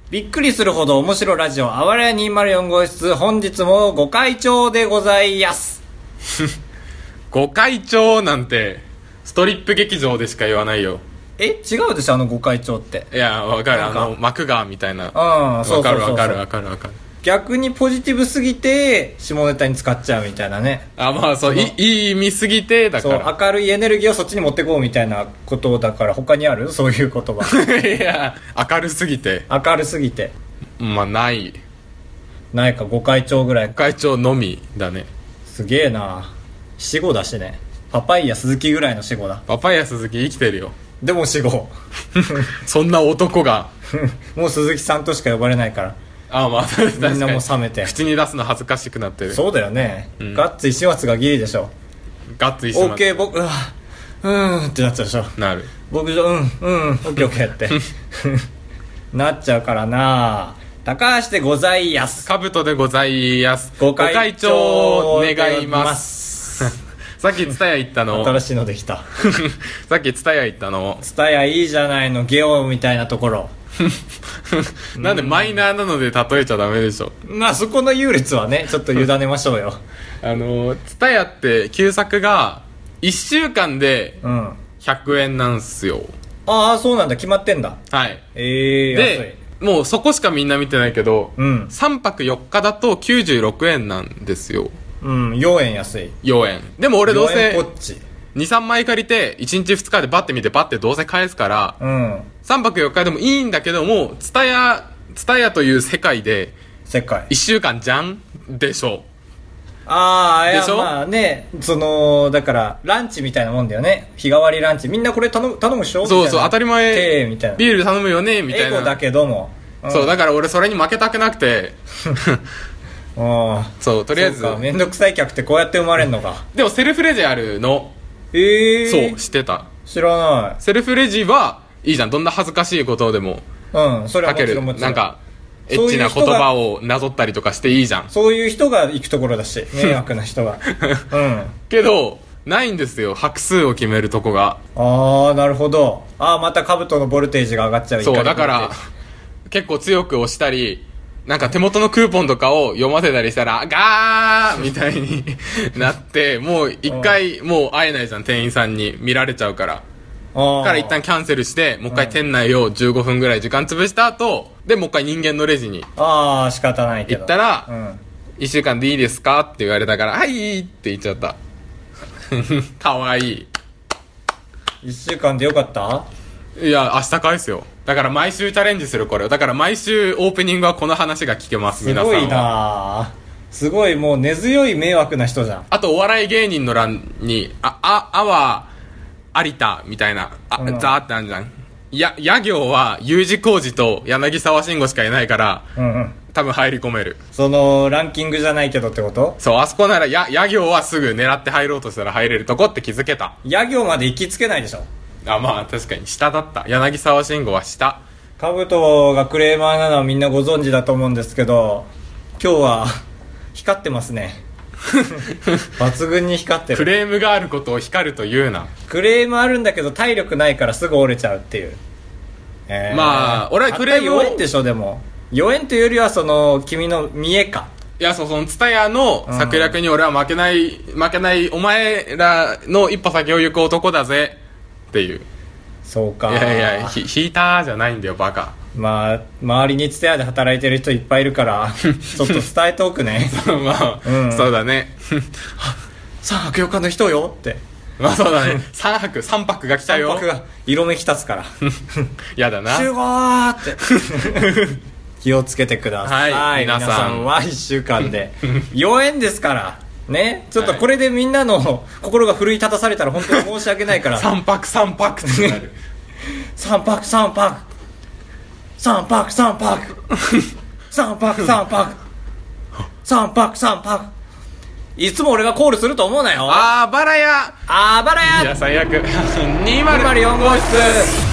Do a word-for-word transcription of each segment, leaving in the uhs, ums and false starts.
びっくりするほど面白ラジオあばらやにひゃくよん号室、本日もご会長でございやす。 ご会長なんてストリップ劇場でしか言わないよ。 え、違うでしょあのご会長って。 いやわかる、 なんかあの幕がみたいな。 うん、そうそうそうそう。 わかるわかるわかるわかる。 逆にポジティブすぎて下ネタに使っちゃうみたいなね。 あ、まあそう、いいい意味すぎてだかそうら。 明るいエネルギーをそっちに持ってこうみたいなことだから。他にあるそういう言葉。 いや明るすぎて明るすぎてまあない。 ないか。ご会長ぐらい。 ご会長のみだね。 すげえな。死後だしね。パパイヤ鈴木ぐらいの死後だ。 パパイヤ鈴木生きてるよ。 でも死後。 そんな男がもう鈴木さんとしか呼ばれないから。 あ、まあ確かにみんなもう冷めて口に出すの恥ずかしくなってる。 そうだよね、 うん、 ガッツ石松がギリでしょ。 ガッツ石松 OK 僕うわうーんってなっちゃうでしょ。 なる。 僕じゃうんうん OKOK ってなっちゃうからな。高橋でございやす。 かぶとでございやす。 ご会長願いますさっきツタヤ行ったの。 新しいのできた。 さっきツタヤ行ったの。 ツタヤいいじゃないの。ゲオみたいなところ。 なんでマイナーなので例えちゃダメでしょ。 まあそこの優劣はねちょっと委ねましょうよ。 あのツタヤって旧作がいっしゅうかんでうんひゃくえんなんすよ。 ああそうなんだ。決まってんだ。 はい。 ええー、 でもうそこしかみんな見てないけど、 うん、 さんぱくよっかだときゅうじゅうろくえんなんですよ。 うん、よんえん安い。 よんえん。でも俺どうせよんえんポッチにさんまい借りていちにちふつかでバッて見てバッてどうせ返すから、 うん、 さんぱくよっかでもいいんだけども、ツタヤツタヤという世界で世界いっしゅうかんじゃんでしょ。 ああ、いやでしょ。 まあね、そのだからランチみたいなもんだよね。日替わりランチみんなこれ頼む頼むでしょ。 そうそう当たり前。 てみたいな。 ビール頼むよねみたいな。 エゴだけども、 うん、そうだから俺それに負けたくなくてあそうとりあえずめんどくさい客ってこうやって生まれんのか。 でもセルフレジあるの。 ええー、 そう知ってた。 知らない。 セルフレジはいいじゃん。どんな恥ずかしいことでもうんそれはもちろんもちろんなんかエッチな言葉をなぞったりとかしていいじゃん。 そういう人が行くところだし迷惑な人がうんけどないんですよ拍数を決めるとこが。 ああなるほど。ああまた兜のボルテージが上がっちゃう。 そうだから結構強く押したりなんか手元のクーポンとかを読ませたりしたらガーみたいになってもう一回もう会えないじゃん。店員さんに見られちゃうから。だから一旦キャンセルしてもう一回店内をじゅうごふんぐらい時間潰した後でもう一回人間のレジにああ仕方ないけど行ったら、 うん、 いっしゅうかんでいいですかって言われたからはいって言っちゃった。かわいい。 いっしゅうかんでよかった。 いや明日返すよ。だから毎週チャレンジするこれ。だから毎週オープニングはこの話が聞けます。 すごいな。すごいもう根強い迷惑な人じゃん。 あとお笑い芸人の欄にあああは有田みたいなあ、うん、ザーってあるじゃん。やや行は U 字工事と柳沢慎吾しかいないから、 うんうん、 多分入り込める。 そのランキングじゃないけどってこと。 そうあそこならやや行はすぐ狙って入ろうとしたら入れるとこって気づけた。 や行まで行きつけないでしょ。 あまあ確かに下だった。柳沢慎吾は下。 カブトがクレーマーなのはみんなご存知だと思うんですけど今日は光ってますね。抜群に光ってる。 クレームがあることを光ると言うな。 クレームあるんだけど体力ないからすぐ折れちゃうっていう、えー、 まあ俺はクレームを弱えんでしょ。でも弱えんというよりはその君の見えか。 いやそうそのツタヤの策略に俺は負けない、うん、負けないお前らの一歩先を行く男だぜっていう。 そうか。 いやいやひ引いたじゃないんだよバカ。 まあ周りにツタヤで働いてる人いっぱいいるからちょっと伝えておくね。 まあ、うん、そうだね。 さんぱくよっかの人よって。 まあそうだね。さんぱくさんぱくが来たよ。 さんぱくが色めき立つからやだな。 集合ーって気をつけてください、 はい、 皆さんはいっしゅうかんでよえんですからね。ちょっとこれでみんなの心が奮い立たされたら本当に申し訳ないからさんぱくさんぱくってなる。 さんぱくさんぱくさんぱくさんぱくさんぱくさんぱくさんぱくさんぱくいつも俺がコールすると思うなよ。 あばらやあばらや。 いや最悪。にまるよん号室。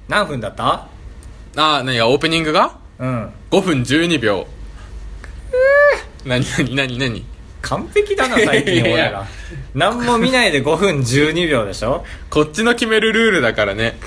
何分だった？ ああ、何がオープニングがうんごふんじゅうにびょう。何何何何完璧だな最近俺いやら何も見ないでごふんじゅうにびょうでしょ。 こっちの決めるルールだからね。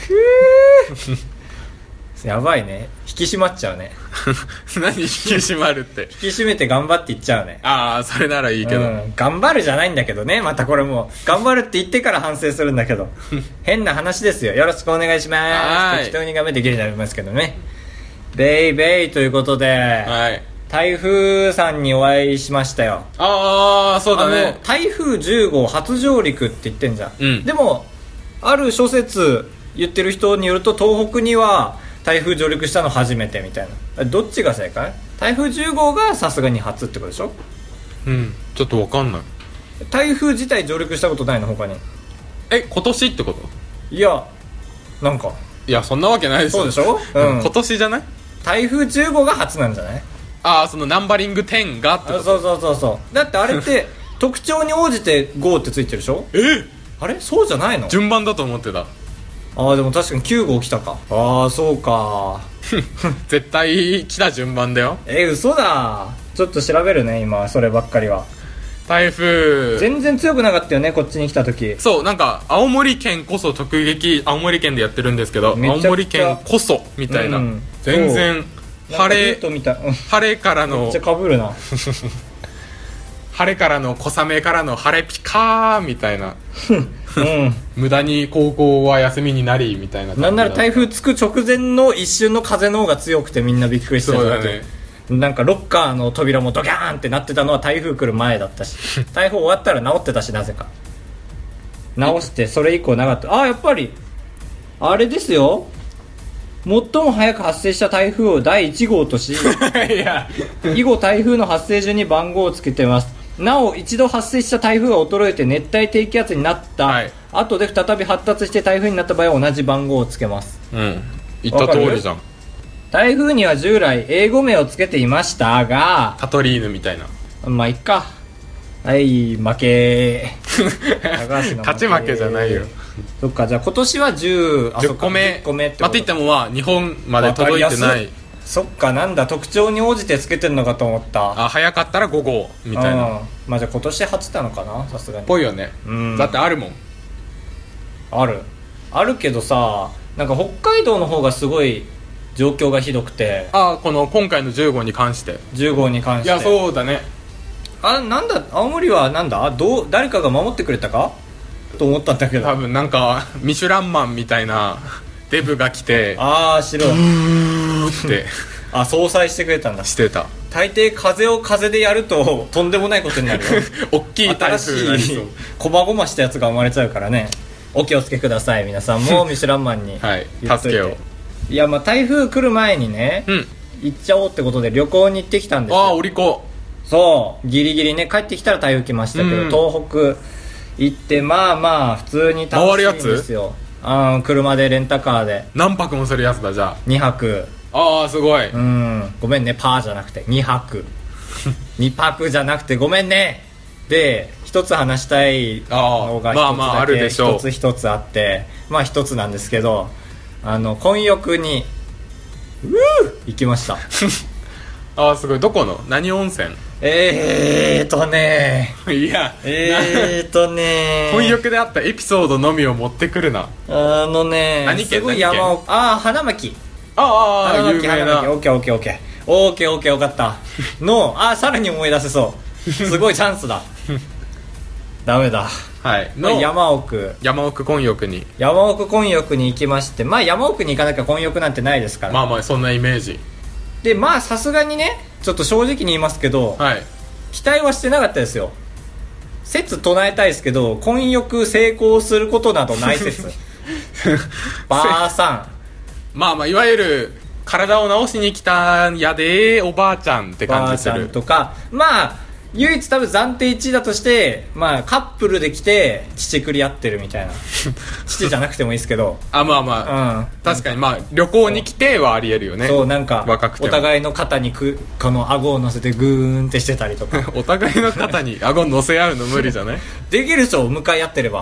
やばいね、引き締まっちゃうね。 何引き締まるって。 引き締めて頑張っていっちゃうね。 ああ、それならいいけど、 うん、頑張るじゃないんだけどね。またこれも頑張るって言ってから反省するんだけど変な話ですよ。よろしくお願いします。 はい適当に画面できるようになりますけどね。ベイベイということで、 はい。 台風さんにお会いしましたよ。 ああ、そうだあのね。 台風じゅうごう初上陸って言ってんじゃん、 うん、 でもある諸説言ってる人によると東北には台風上陸したの初めてみたいな。どっちが正解？台風じゅうごうがさすがに初ってことでしょ。 うん、ちょっとわかんない。 台風自体上陸したことないの他に？ え、今年ってこと？ いやなんかいや、そんなわけないですよ。 そうでしょ、うん、 今年じゃない？ 台風じゅうごが初なんじゃない？ ああ、そのナンバリングじゅうがってこと？ あ、そうそうそうそう。だってあれって特徴に応じてごってついてるでしょ。 えあれそうじゃないの？ 順番だと思ってた。 ああでも確かにきゅうごう来たか。ああそうか絶対来た順番だよ。 え嘘だ。ちょっと調べるね今そればっかりは。 台風全然強くなかったよねこっちに来た時。 そうなんか青森県こそ直撃青森県でやってるんですけど、 めちゃくちゃ青森県こそみたいな、 うん、 全然晴れとみたい晴れからのめっちゃかぶるな晴れからの小雨からの晴れピカーみたいなうん、 無駄に高校は休みになりみたいな感じだ。 なんなら台風着く直前の一瞬の風の方が強くてみんなびっくりしてた。 そうだね。 なんかロッカーの扉もドキャーンってなってたのは台風来る前だったし台風終わったら治ってたし、なぜか直してそれ以降なかった。あやっぱりあれですよ、最も早く発生した台風をだいいちごうとしいや以後台風の発生順に番号をつけてます。なお一度発生した台風が衰えて熱帯低気圧になった、はい、後で再び発達して台風になった場合は同じ番号をつけます。 うん言った通りじゃん。 台風には従来英語名をつけていましたが、 カトリーヌみたいな。 まあいっか。はい負け高橋の勝ち負けじゃないよ。 そっか、じゃあ今年はじゅう、 じゅっこめじゅっこめってこと。 まあ、って言ってもまあ日本まで届いてない。 そっか、なんだ特徴に応じてつけてるのかと思った。 あ早かったらごごうみたいな。 まあじゃあ今年初なのかな、さすがに。 ぽいよね。うんだってあるもん。 あるあるけどさ、なんか北海道の方がすごい状況がひどくて。 あこの今回のじゅうごうに関してじゅうごうに関して。 いやそうだね。 あなんだ青森はなんだどう誰かが守ってくれたかと思ったんだけど、 多分なんかミシュランマンみたいなデブが来てああ白いってあ相殺してくれたんだ。 してた。 大抵風を風でやるととんでもないことになるよ大きい台風になりそう。 こまごましたやつが生まれちゃうからね。お気をつけください皆さんもミシュランマンにはい助けよう。 いやまあ台風来る前にね、うん、行っちゃおうってことで旅行に行ってきたんですよ。 ああお利口。 そうギリギリね帰ってきたら台風来ましたけど、うん、東北行ってまあまあ普通に楽しいんですよ。あ車でレンタカーで何泊もするやつだ。じゃあにはく。 ああすごい。 うんごめんねパーじゃなくてにはくにぱくじゃなくてごめんね。で一つ話したいのが一つだけ一つ一つあってまあ一つなんですけど、あの混浴にうー行きましたああすごい。どこの何温泉？ えーとねいやえーとね混浴であったエピソードのみを持ってくるな。 あのね何県？ すごい山をああ花巻。 ああ有名な。 オッケーオッケーオッケーオッケーオッケーオッケー分かったのあさらに思い出せそうすごいチャンスだダメだ。 はいの山奥山奥混浴に山奥混浴に行きまして、まあ山奥に行かなきゃ混浴なんてないですから。 まあまあそんなイメージでまあさすがにねちょっと正直に言いますけど、はい、期待はしてなかったですよ。説唱えたいですけど混浴成功することなどない説ばあさんまあまあいわゆる体を治しに来たやでおばあちゃんって感じする。 ばあちゃんとかまあ唯一多分暫定いちいだとして、まあ、カップルで来て乳くり合ってるみたいな乳じゃなくてもいいですけどあまあまあ、うん、確かにまあ旅行に来てはありえるよね。 そうなんか若くてお互いの肩にくこの顎を乗せてグーンってしてたりとかお互いの肩に顎乗せ合うの無理じゃないできるでしょ向かい合ってれば。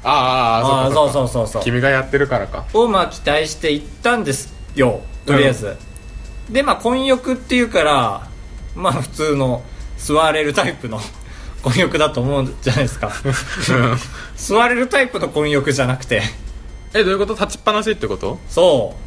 ああ、 そうそうそうそう、 君がやってるからかをまあ期待して行ったんですよ、とりあえず、うん、でまあ混浴っていうからまあ普通の座れるタイプの混浴だと思うじゃないですか、うん、座れるタイプの混浴じゃなくて、 えどういうこと？立ちっぱなしってこと？ そう、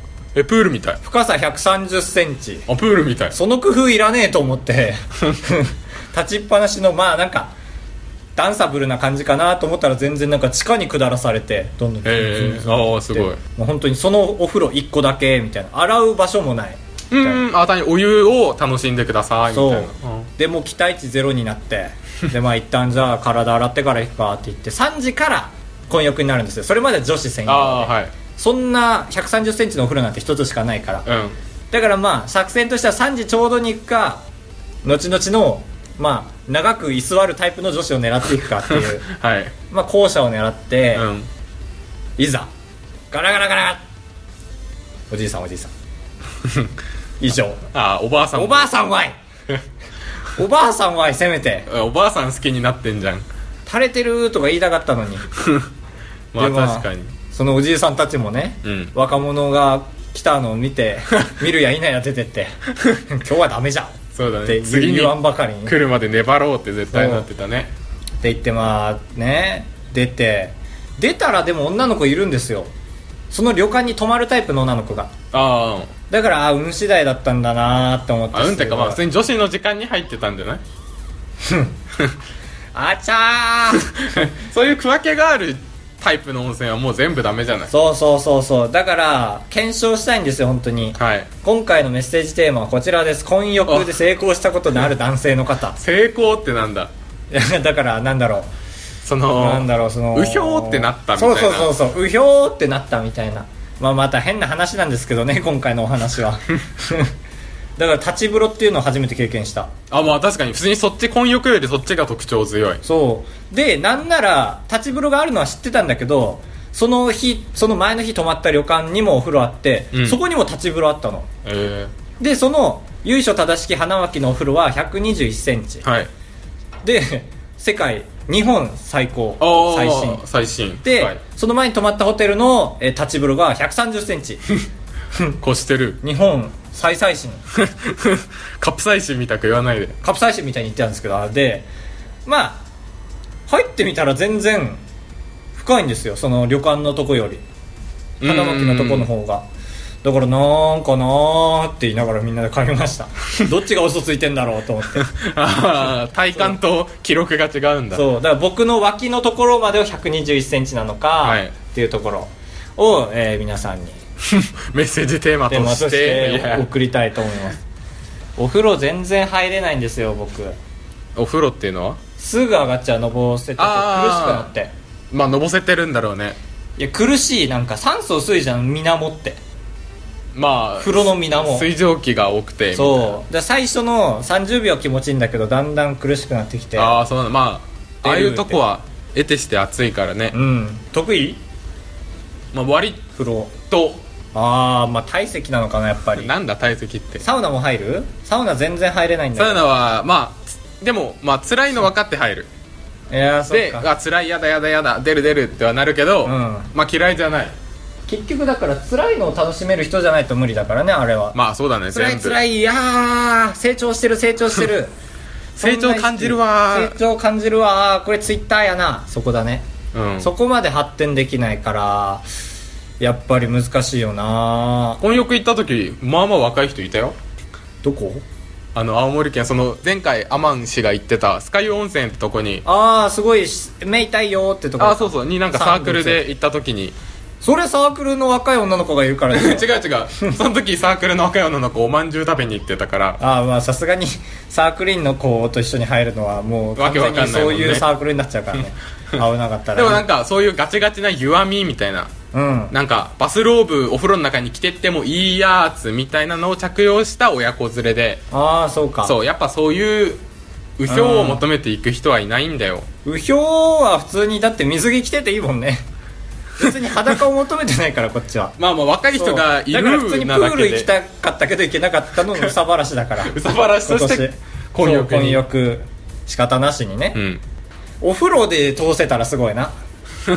えプールみたい、 深さひゃくさんじゅっセンチ、 あプールみたい、 その工夫いらねえと思って立ちっぱなしのまあなんかダンサブルな感じかなと思ったら全然なんか地下に下らされてどんどんえー、ああすごい、 もう本当にそのお風呂いっこだけみたいな、洗う場所もないみたいな、 うん、あ単にお湯を楽しんでくださいみたいな、そう、 うん、でもう期待値ゼロになってでまあ一旦じゃあ体洗ってから行くかって言ってさんじから混浴になるんですよ。それまで女子専用で、はい、そんなひゃくさんじゅっセンチのお風呂なんて一つしかないから、うん、だからまあ作戦としてはさんじちょうどに行くか後々のまあ長く居座るタイプの女子を狙っていくかっていう、はい、まあ後者を狙って、うん、いざガラガラガラおじいさんおじいさん以上。 あおばあさんおばあさんわいおばあさんはせめておばあさん好きになってんじゃん、 垂れてるとか言いたかったのにまあ確かにそのおじいさんたちもね、うん、若者が来たのを見て見るや否や出てって今日はダメじゃんそうだね、 って次に言わんばかりに来るまで粘ろうって絶対なってたねって言ってまあね出て出たらでも女の子いるんですよ、その旅館に泊まるタイプの女の子が。あだからあ運次第だったんだなって思って、 あ運ってかまあ普通に女子の時間に入ってたんじゃないあちゃーそういう区分けがあるタイプの温泉はもう全部ダメじゃない。 そうそうそうそう、だから検証したいんですよ本当に、はい、今回のメッセージテーマはこちらです。混浴で成功したことのある男性の方成功ってなんだだからなんだろうそのなんだろうそのうひょーってなったみたいな、 そうそうそうそううひょーってなったみたいな、まあまた変な話なんですけどね今回のお話はだから立ち風呂っていうのを初めて経験した。 あまあ確かに普通にそっち混浴よりそっちが特徴強い。 そうでなんなら立ち風呂があるのは知ってたんだけど、その日その前の日泊まった旅館にもお風呂あって、うん、そこにも立ち風呂あったの、えー、でその由緒正しき花巻のお風呂はひゃくにじゅういっセンチ、はい、で世界日本最高最新最新で、はい、その前に泊まったホテルの、えー、立ち風呂がひゃくさんじゅっセンチ越してる日本最最新カプサイシンみたく言わないで、 カプサイシンみたいに言ってたんですけど、でまあ入ってみたら全然深いんですよ、その旅館のとこより花巻のとこの方が。だからなんかなーって言いながらみんなで帰りましたどっちが嘘ついてんだろうと思ってあ体感と記録が違うんだ。 そうだから僕の脇のところまではひゃくにじゅういっセンチなのか、はい、っていうところを、えー、皆さんにメッセージテーマとして、 して送りたいと思いますお風呂全然入れないんですよ僕。 お風呂っていうのはすぐ上がっちゃう、のぼせてて苦しくなって。 まあのぼせてるんだろうね。 いや苦しい、なんか酸素薄いじゃん水面って。まあ風呂の水面水蒸気が多くてみたいな。 そうだ最初のさんじゅうびょう気持ちいいんだけどだんだん苦しくなってきて。 ああそうなまあああいうとこは得てして暑いからね。 うん得意。 まあ割風呂とああまあ体積なのかなやっぱり。 なんだ体積って。 サウナも入る？サウナ全然入れないんだよ。 サウナはまあでもまあ辛いの分かって入る。 いやそうか。 であ辛いやだやだやだ出る出るってはなるけど、うん、まあ嫌いじゃない。 結局だから辛いのを楽しめる人じゃないと無理だからねあれは。 まあそうだね。 辛い辛いいやー成長してる成長してる成長感じるわー成長感じるわー。これツイッターやな。そこだね、うん、そこまで発展できないからやっぱり難しいよな。 混浴行った時まあまあ若い人いたよ。 どこ？ あの青森県その前回アマン氏が行ってたスカイ温泉ってとこに。 ああすごいめいたいよってとこ。 あそうそうになんかサークルで行った時に。 それサークルの若い女の子がいるからね違う違うその時サークルの若い女の子おまんじゅう食べに行ってたからああまあさすがにサークル員の子と一緒に入るのはもう完全にそういうサークルになっちゃうからね危なかったら、ね、 でもなんかそういうガチガチな湯あみみたいな、うん、なんかバスローブお風呂の中に着てってもいいやつみたいなのを着用した親子連れで。 ああそうか。 そうやっぱそういううひょうを求めていく人はいないんだよ。 うひょうは普通にだって水着着てていいもんね別に裸を求めてないからこっちはまあまあ若い人がいるなだけで。だから普通にプール行きたかったけど行けなかったのうさばらしだからうさばらしとして混浴に混浴仕方なしにね、うん、お風呂で通せたらすごいな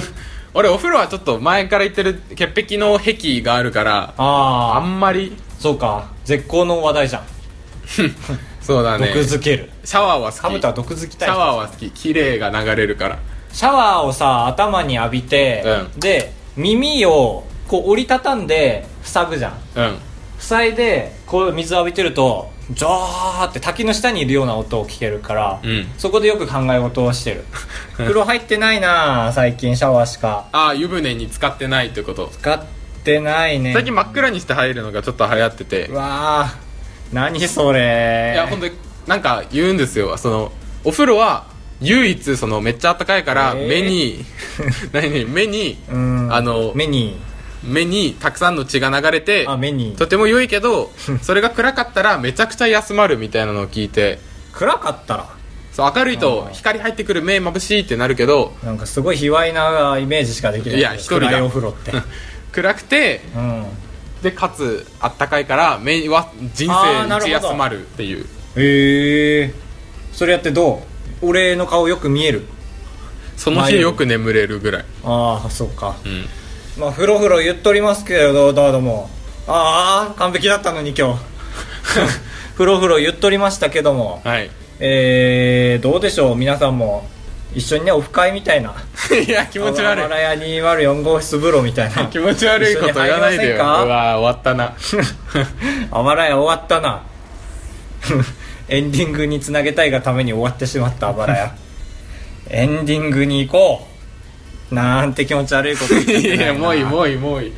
俺お風呂はちょっと前から言ってる潔癖の癖があるから、 ああんまり。 そうか、絶好の話題じゃん。 そうだね。 毒づける。 シャワーは好き。 カブトは毒づきたい。 シャワーは好き。綺麗が流れるから。 シャワーをさ頭に浴びて、うん、で耳をこう折りたたんで塞ぐじゃん。 うん。 塞いでこう水浴びてるとジャーって滝の下にいるような音を聞けるから、 うん、 そこでよく考え事をしてる。風呂入ってないな最近、シャワーしか。 ああ、湯船に使ってないってこと。 使ってないね。 最近真っ暗にして入るのがちょっと流行ってて。 うわー、何それ。 いや本当になんか言うんですよ、そのお風呂は唯一そのめっちゃ暖かいから目に、えー、何目にあの目に目にたくさんの血が流れて、 あ、目にとても良いけどそれが暗かったらめちゃくちゃ休まるみたいなのを聞いて。 暗かったらそう明るいと光入ってくる、目眩しいってなるけど、 なんかすごい卑猥なイメージしかできない。 いや一人だ、 暗いお風呂って暗くて、うん、でかつあったかいから目は人生一休まるっていう。 へえー、それやってどう？俺の顔よく見える？ その日よく眠れるぐらい。 ああ、そうか。 うん。 まあ、ふろふろ言っとりますけれど、どうも。ああ、完璧だったのに今日。ふろふろ言っとりましたけども。 はい。 えー、どうでしょう、皆さんも。一緒にね、オフ会みたいな。 いや、気持ち悪い。 あばらやにひゃくよん号室風呂みたいな。 気持ち悪いこと言わないでよ。うわ終わったな。 あばらや終わったな。エンディングにつなげたいがために終わってしまったあばらや。エンディングに行こうなんて気持ち悪いこと言ってないな。いや、 もういいもういいもういい。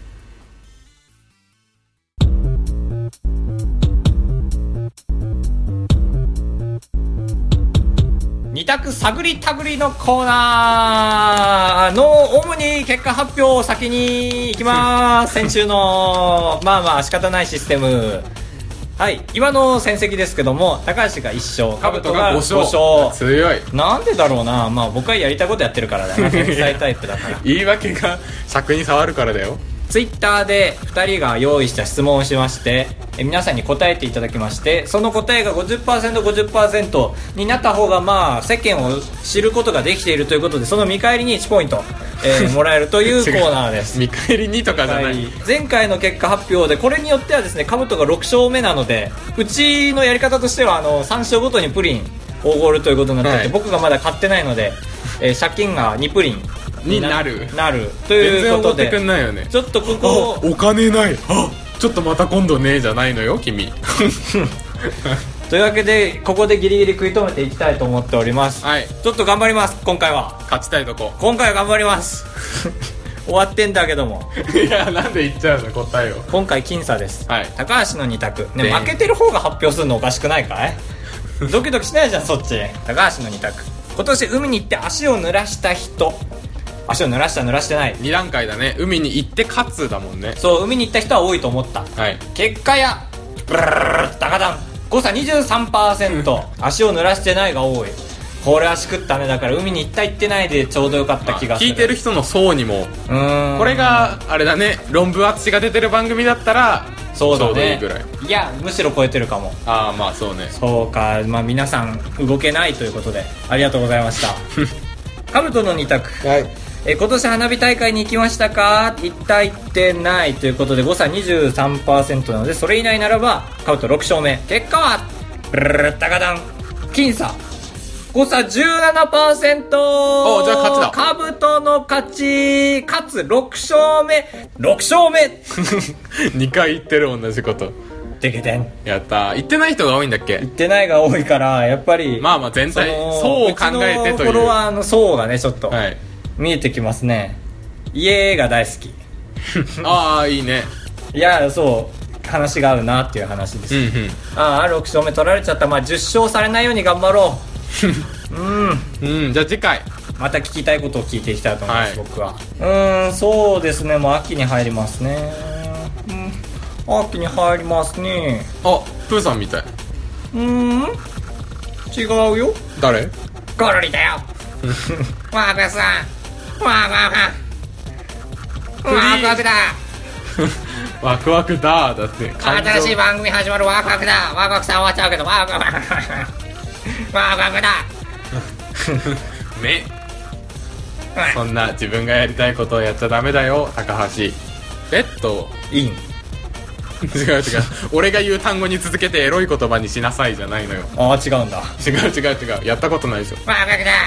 二択探り探りのコーナーの主に結果発表を先に行きます。先週のまあまあ仕方ないシステム。はい、今の戦績ですけども、高橋がいっ勝、カブトがご勝。 強い。 なんでだろうな。まあ僕はやりたいことやってるからだな。天才タイプだから言い訳が尺に触るからだよ。 ツイッターでふたりが用意した質問をしまして、え皆さんに答えていただきまして、その答えが ごじゅっパーセントごじゅっパーセント になった方がまあ世間を知ることができているということで、その見返りにいちポイント、えー、もらえるというコーナーです。 見返りにとかじゃない。 前回の結果発表で、これによってはですね、カブトがろく勝目なので、うちのやり方としてはあのさん勝ごとにプリンおごるということになっていて、はい、僕がまだ買ってないので、えー、借金がにプリンになるなるということで、 全然おごってくんないよね。 ちょっとここお金ない、あちょっとまた今度ねえじゃないのよ君。 というわけでここでギリギリ食い止めていきたいと思っております。 はい、 ちょっと頑張ります。今回は勝ちたいとこ。 今回は頑張ります。終わってんだけども。 いや、なんで言っちゃうの答えを。 今回僅差です、 はい、 高橋のに択、ね、負けてる方が発表するのおかしくないかい？ドキドキしないじゃんそっち。高橋のに択、今年海に行って足を濡らした人。足を濡らした濡らしてない、 に段階だね。海に行って勝つだもんね。 そう、海に行った人は多いと思った、 はい、 結果やブルルルルダカダン誤差 にじゅうさんパーセント 足を濡らしてないが多い。これはしくったね。だから海に行った行ってないでちょうどよかった気がする。 聞いてる人の層にも、 うーん、 これがあれだね、論文淳が出てる番組だったらそうだね、 ちょうどいいぐらい。いやむしろ超えてるかも。 ああ、まあそうね。 そうか、まあ皆さん動けないということでありがとうございました。カブトのに択、 はい、 え今年花火大会に行きましたか？行った行ってないということで誤差 にじゅうさんパーセント なので、それ以内ならばカブトろく勝目。結果はブルルルダカダン僅差誤差 じゅうななパーセント。 おじゃあ勝ちだ。 カブトの勝ち、かつろく勝目ろく勝目。 にかい言ってる同じこと。 でけてん。 やったー。言ってない人が多いんだっけ？ 言ってないが多いから、やっぱりまあまあ全体層を考えてという、うちのフォロワーの層がねちょっと、 はい、 見えてきますね。家が大好き。 ああいいね。 いやそう話が合うなっていう話です、 うんうん、 ああろく勝目取られちゃった。まあじゅっ勝されないように頑張ろう。 うん、うん、じゃあ次回また聞きたいことを聞いていきたいと思います、 はい、 僕は。うーんそうですね、もう秋に入りますね。うん、秋に入りますね。 あプーさんみたい。 うーん違うよ。 誰？ ゴロリだよ。ワクワクさん、ワクワクワクワクだ。 ワクワクだだって。 新しい番組始まる。ワクワクだ。ワクワクさん終わっちゃうけどワクワクワクワクワクだ。 目そんな自分がやりたいことをやっちゃダメだよ高橋。ベッドイン違う違う俺が言う単語に続けてエロい言葉にしなさいじゃないのよ。 ああ違うんだ。 違う違う違うやったことないでしょ。 わーバカだ。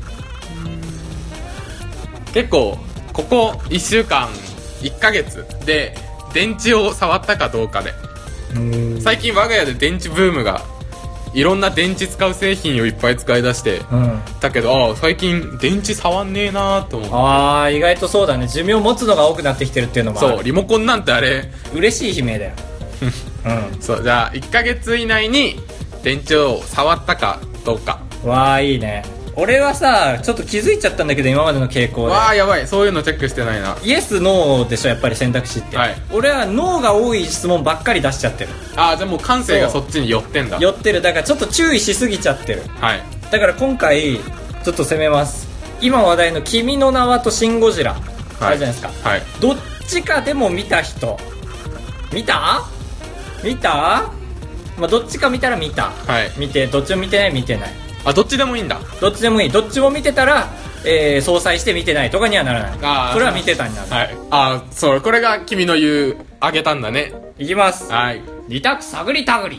結構ここいっしゅうかんいっかげつで電池を触ったかどうかで、最近我が家で電池ブームが、いろんな電池使う製品をいっぱい使い出して、うん、だけどああ最近電池触んねえなーと思って。 ああ意外とそうだね、寿命持つのが多くなってきてるっていうのもある。 そうリモコンなんてあれ嬉しい悲鳴だようんそうじゃあいっかげつ以内に電池を触ったかどうか。 わあいいね。俺はさちょっと気づいちゃったんだけど今までの傾向で。 わあやばい、そういうのチェックしてないな。 イエスノーでしょやっぱり選択肢って、はい、俺はノーが多い質問ばっかり出しちゃってる。 ああじゃあもう感性がそっちに寄ってんだ。 寄ってる。だからちょっと注意しすぎちゃってる。 はい。 だから今回ちょっと攻めます。今話題の君の名はとシン・ゴジラ、はい、あるじゃないですか、はい、どっちかでも見た人見た見たまあどっちか見たら見た、はい、見てどっちも見てない見てない。 あどっちでもいいんだ。 どっちでもいい。どっちも見てたら、えー、相殺して見てないとかにはならない。あそれは見てたになる。 はい、あそうこれが君の言うあげたんだね。 いきます。 はい二択探りたぐり。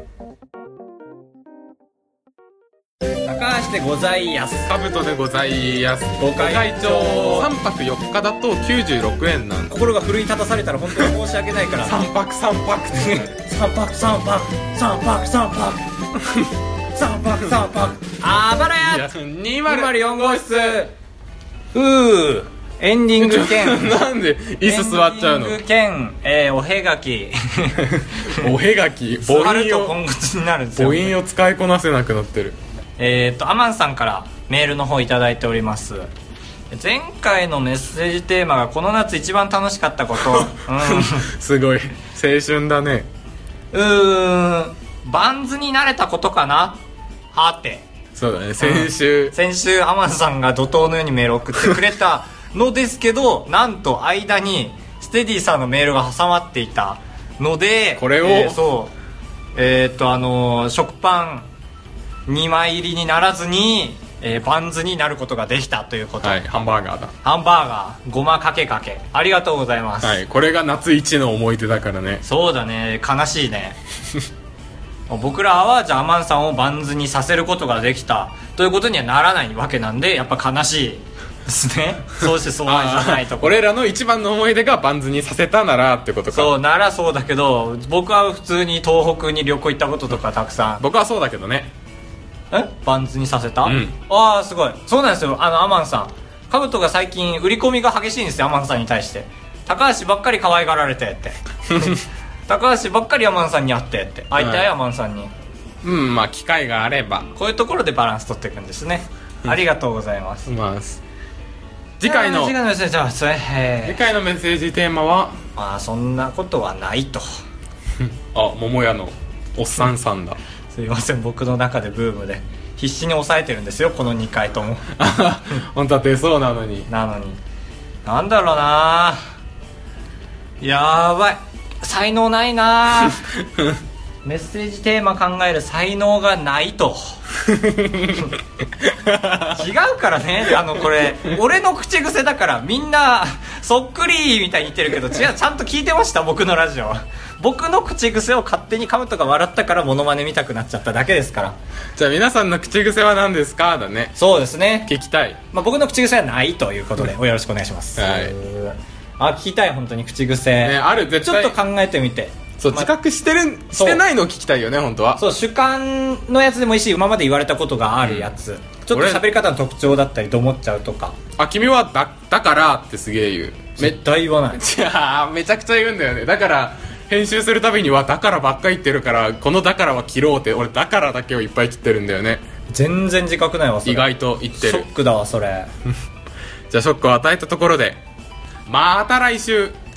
高橋でございやす。 カブトでございやす。 ご会長さんぱくよっかだときゅうじゅうろくえんなんだ。 心が奮い立たされたら本当に申し訳ないからさんぱくさんぱくさんぱくさんぱくさんぱくさんぱくさんぱくさんぱくあばらやにまるよん号室。うーエンディング兼なんで椅子座っちゃうの。 エンディング兼、えー、おへがきおへがき母音を今口になるんですよ、 母音を使いこなせなくなってる。 えーとアマンさんからメールの方いただいております。前回のメッセージテーマがこの夏一番楽しかったこと、うん、 すごい青春だね。 うーんバンズになれたことかなはて。 そうだね先週、 うん、先週アマンさんが怒涛のようにメールを送ってくれたのですけどなんと間にステディさんのメールが挟まっていたのでこれを、 えー、そうえー、っとあのー、食パンにまい入りにならずに、えー、バンズになることができたということ。 はい、ハンバーガーだ。 ハンバーガーごまかけかけありがとうございます。 はい、これが夏一の思い出だからね。 そうだね悲しいね僕らはじゃあアマンさんをバンズにさせることができたということにはならないわけなんでやっぱ悲しいですねそうしてそうじゃないとこ俺らの一番の思い出がバンズにさせたならってことか。 そうならそうだけど僕は普通に東北に旅行行ったこととかたくさん僕はそうだけどね。 えバンズにさせた、 うん、 ああすごいそうなんですよ。あのアマンさんカブトが最近売り込みが激しいんですよアマンさんに対して。高橋ばっかり可愛がられてって高橋ばっかりアマンさんに会ってって会いたい、はい、アマンさんに。 うんまあ機会があればこういうところでバランス取っていくんですねありがとうございます。 まあ次回の次回のメッセージはそれ、えー、次回のメッセージテーマはまあそんなことはないとあ桃屋のおっさんさんだすいません僕の中でブームで必死に抑えてるんですよこのにかいとも本当は出そうなのになのになんだろうなやばい才能ないなメッセージテーマ考える才能がないと違うからねあのこれ俺の口癖だからみんなそっくりみたいに言ってるけど違うちゃんと聞いてました僕のラジオ僕の口癖を勝手にカムトが笑ったからモノマネ見たくなっちゃっただけですから。 じゃあ皆さんの口癖は何ですかだね。 そうですね聞きたい、 まあ、僕の口癖はないということでおよろしくお願いします、 はい、 あ聞きたい本当に口癖、 ね、ある絶対ちょっと考えてみてそう、ま、自覚してるしてないのを聞きたいよね本当は。 そう主観のやつでもいいし今まで言われたことがあるやつ、うん、ちょっと喋り方の特徴だったりどもっちゃうとか。 あ君はだだからってすげえ言う。 めっちゃ言わないいやめちゃくちゃ言うんだよね。だから編集するたびにはだからばっかり言ってるからこのだからは切ろうって俺だからだけをいっぱい切ってるんだよね。 全然自覚ないわそれ。 意外と言ってる。 ショックだわそれじゃあショックを与えたところでまた来週。